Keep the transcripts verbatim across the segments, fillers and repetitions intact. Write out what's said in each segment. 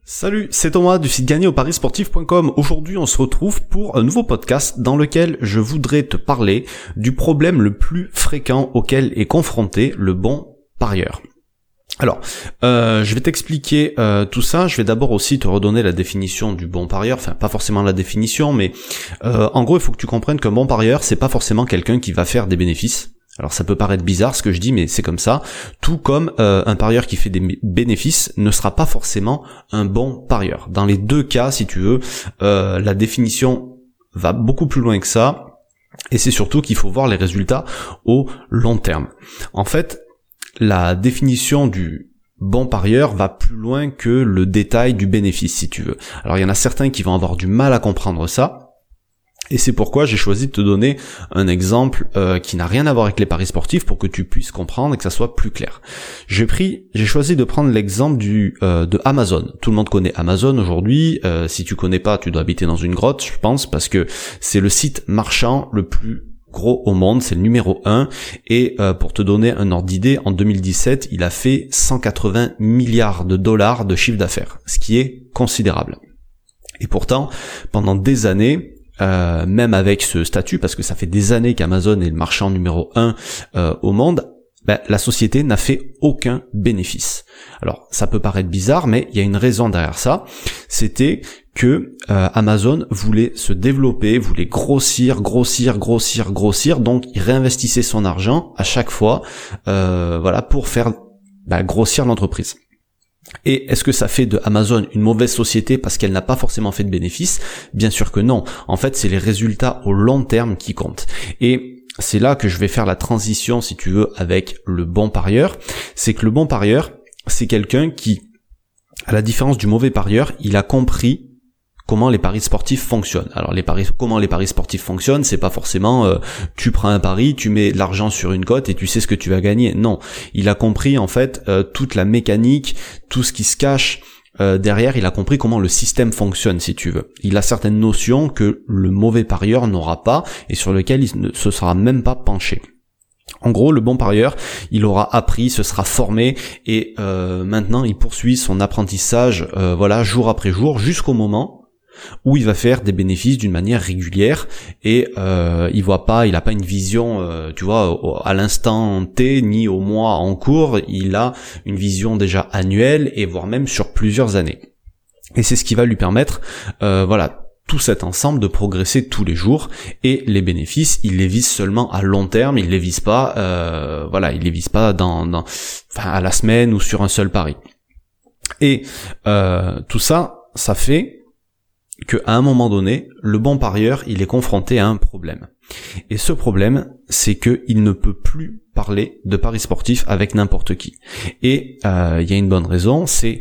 Salut, c'est Thomas du site gagner au paris sportif point com. Aujourd'hui, on se retrouve pour un nouveau podcast dans lequel je voudrais te parler du problème le plus fréquent auquel est confronté le bon parieur. Alors, euh, je vais t'expliquer euh, tout ça. Je vais d'abord aussi te redonner la définition du bon parieur. Enfin, pas forcément la définition, mais euh, en gros, il faut que tu comprennes qu'un bon parieur, c'est pas forcément quelqu'un qui va faire des bénéfices. Alors ça peut paraître bizarre ce que je dis, mais c'est comme ça. Tout comme euh, un parieur qui fait des bénéfices ne sera pas forcément un bon parieur. Dans les deux cas, si tu veux, euh, la définition va beaucoup plus loin que ça. Et c'est surtout qu'il faut voir les résultats au long terme. En fait, la définition du bon parieur va plus loin que le détail du bénéfice, si tu veux. Alors il y en a certains qui vont avoir du mal à comprendre ça. Et c'est pourquoi j'ai choisi de te donner un exemple euh, qui n'a rien à voir avec les paris sportifs pour que tu puisses comprendre et que ça soit plus clair. J'ai pris, j'ai choisi de prendre l'exemple du euh, de Amazon. Tout le monde connaît Amazon aujourd'hui. Euh, si tu connais pas, tu dois habiter dans une grotte, je pense, parce que c'est le site marchand le plus gros au monde, c'est le numéro un. Et euh, pour te donner un ordre d'idée, en deux mille dix-sept, il a fait cent quatre-vingts milliards de dollars de chiffre d'affaires, ce qui est considérable. Et pourtant, pendant des années, Euh, même avec ce statut, parce que ça fait des années qu'Amazon est le marchand numéro un euh, au monde, ben, la société n'a fait aucun bénéfice. Alors, ça peut paraître bizarre, mais il y a une raison derrière ça. C'était que euh, Amazon voulait se développer, voulait grossir, grossir, grossir, grossir, donc il réinvestissait son argent à chaque fois, euh, voilà, pour faire ben, grossir l'entreprise. Et est-ce que ça fait de Amazon une mauvaise société parce qu'elle n'a pas forcément fait de bénéfices? Bien sûr que non. En fait, c'est les résultats au long terme qui comptent. Et c'est là que je vais faire la transition, si tu veux, avec le bon parieur. C'est que le bon parieur, c'est quelqu'un qui, à la différence du mauvais parieur, il a compris comment les paris sportifs fonctionnent. Alors les paris, comment les paris sportifs fonctionnent, c'est pas forcément euh, tu prends un pari, tu mets de l'argent sur une cote et tu sais ce que tu vas gagner. Non, il a compris en fait euh, toute la mécanique, tout ce qui se cache euh, derrière. Il a compris comment le système fonctionne, si tu veux. Il a certaines notions que le mauvais parieur n'aura pas et sur lesquelles il ne se sera même pas penché. En gros, le bon parieur, il aura appris, se sera formé et euh, maintenant il poursuit son apprentissage, euh, voilà, jour après jour, jusqu'au moment où il va faire des bénéfices d'une manière régulière et euh, il voit pas, il a pas une vision, euh, tu vois, à l'instant T ni au mois en cours. Il a une vision déjà annuelle et voire même sur plusieurs années. Et c'est ce qui va lui permettre, euh, voilà. tout cet ensemble de progresser tous les jours, et les bénéfices, il les vise seulement à long terme, il les vise pas, euh, voilà, il les vise pas dans, dans, enfin, à la semaine ou sur un seul pari. Et euh, tout ça, ça fait que à un moment donné, le bon parieur, il est confronté à un problème. Et ce problème, c'est que il ne peut plus parler de paris sportifs avec n'importe qui. Et euh, il y a une bonne raison, c'est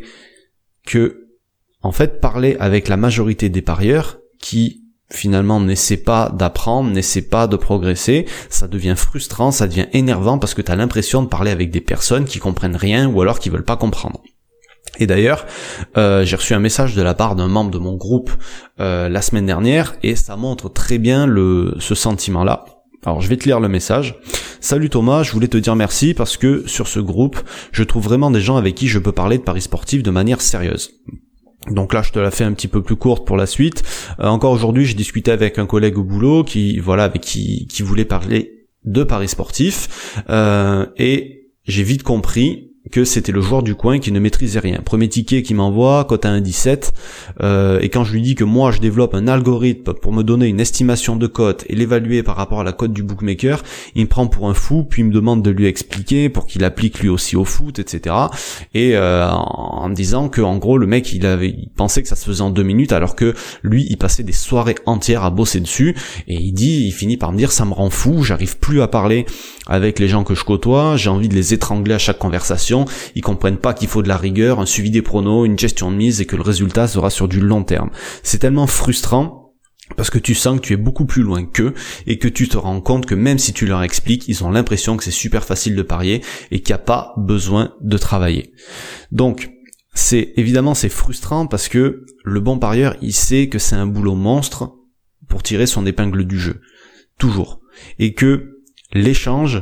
que en fait, parler avec la majorité des parieurs qui finalement n'essaient pas d'apprendre, n'essaient pas de progresser, ça devient frustrant, ça devient énervant parce que tu as l'impression de parler avec des personnes qui comprennent rien ou alors qui veulent pas comprendre. Et d'ailleurs, euh, j'ai reçu un message de la part d'un membre de mon groupe euh, la semaine dernière et ça montre très bien le ce sentiment-là. Alors je vais te lire le message. Salut Thomas, je voulais te dire merci parce que sur ce groupe, je trouve vraiment des gens avec qui je peux parler de paris sportifs de manière sérieuse. Donc là, je te la fais un petit peu plus courte pour la suite. Euh, encore aujourd'hui, j'ai discuté avec un collègue au boulot qui, voilà, avec qui, qui voulait parler de paris sportifs euh, et j'ai vite compris que c'était le joueur du coin qui ne maîtrisait rien. Premier ticket qu'il m'envoie, cote à un virgule dix-sept, euh, et quand je lui dis que moi je développe un algorithme pour me donner une estimation de cote et l'évaluer par rapport à la cote du bookmaker, il me prend pour un fou, puis il me demande de lui expliquer pour qu'il applique lui aussi au foot, et cetera. Et euh, en me disant que en gros le mec il avait, il pensait que ça se faisait en deux minutes, alors que lui il passait des soirées entières à bosser dessus. Et il dit, il finit par me dire ça me rend fou, j'arrive plus à parler avec les gens que je côtoie, j'ai envie de les étrangler à chaque conversation. Ils comprennent pas qu'il faut de la rigueur, un suivi des pronos, une gestion de mise et que le résultat sera sur du long terme. C'est tellement frustrant parce que tu sens que tu es beaucoup plus loin qu'eux et que tu te rends compte que même si tu leur expliques, ils ont l'impression que c'est super facile de parier et qu'il n'y a pas besoin de travailler. Donc, c'est évidemment c'est frustrant parce que le bon parieur, il sait que c'est un boulot monstre pour tirer son épingle du jeu. Toujours. Et que l'échange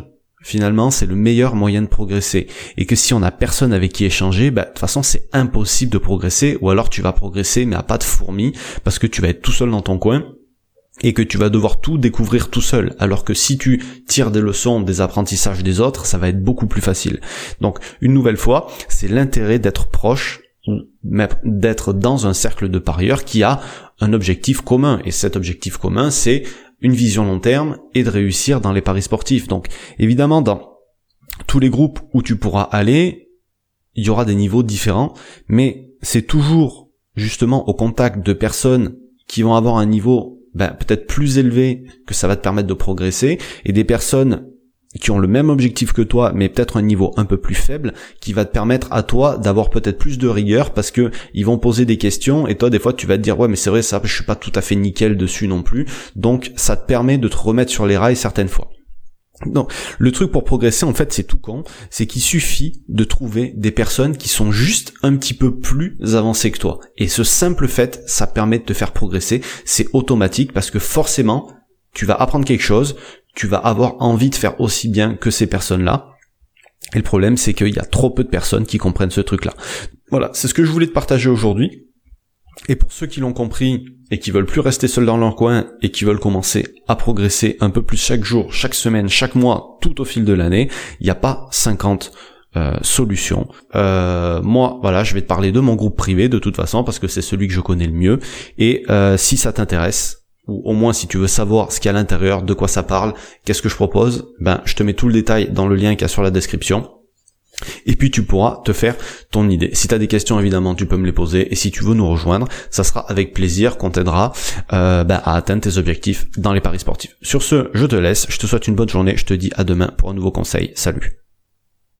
finalement, c'est le meilleur moyen de progresser. Et que si on a personne avec qui échanger, bah, de toute façon, c'est impossible de progresser, ou alors tu vas progresser, mais à pas de fourmi, parce que tu vas être tout seul dans ton coin, et que tu vas devoir tout découvrir tout seul. Alors que si tu tires des leçons des apprentissages des autres, ça va être beaucoup plus facile. Donc, une nouvelle fois, c'est l'intérêt d'être proche, ou même d'être dans un cercle de parieurs qui a un objectif commun. Et cet objectif commun, c'est une vision long terme et de réussir dans les paris sportifs. Donc, évidemment, dans tous les groupes où tu pourras aller, il y aura des niveaux différents, mais c'est toujours justement au contact de personnes qui vont avoir un niveau ben, peut-être plus élevé que ça va te permettre de progresser, et des personnes qui ont le même objectif que toi, mais peut-être un niveau un peu plus faible, qui va te permettre à toi d'avoir peut-être plus de rigueur, parce que ils vont poser des questions, et toi, des fois, tu vas te dire, ouais, mais c'est vrai, ça, je suis pas tout à fait nickel dessus non plus, donc ça te permet de te remettre sur les rails certaines fois. Donc, le truc pour progresser, en fait, c'est tout con, c'est qu'il suffit de trouver des personnes qui sont juste un petit peu plus avancées que toi. Et ce simple fait, ça permet de te faire progresser, c'est automatique, parce que forcément, tu vas apprendre quelque chose, tu vas avoir envie de faire aussi bien que ces personnes-là. Et le problème, c'est qu'il y a trop peu de personnes qui comprennent ce truc-là. Voilà, c'est ce que je voulais te partager aujourd'hui. Et pour ceux qui l'ont compris et qui veulent plus rester seuls dans leur coin et qui veulent commencer à progresser un peu plus chaque jour, chaque semaine, chaque mois, tout au fil de l'année, il n'y a pas cinquante euh, solutions. Euh, moi, voilà, je vais te parler de mon groupe privé de toute façon parce que c'est celui que je connais le mieux. Et euh, si ça t'intéresse, ou au moins si tu veux savoir ce qu'il y a à l'intérieur, de quoi ça parle, qu'est-ce que je propose, ben je te mets tout le détail dans le lien qu'il y a sur la description. Et puis tu pourras te faire ton idée. Si tu as des questions, évidemment, tu peux me les poser. Et si tu veux nous rejoindre, ça sera avec plaisir qu'on t'aidera euh, ben, à atteindre tes objectifs dans les paris sportifs. Sur ce, je te laisse. Je te souhaite une bonne journée. Je te dis à demain pour un nouveau conseil. Salut.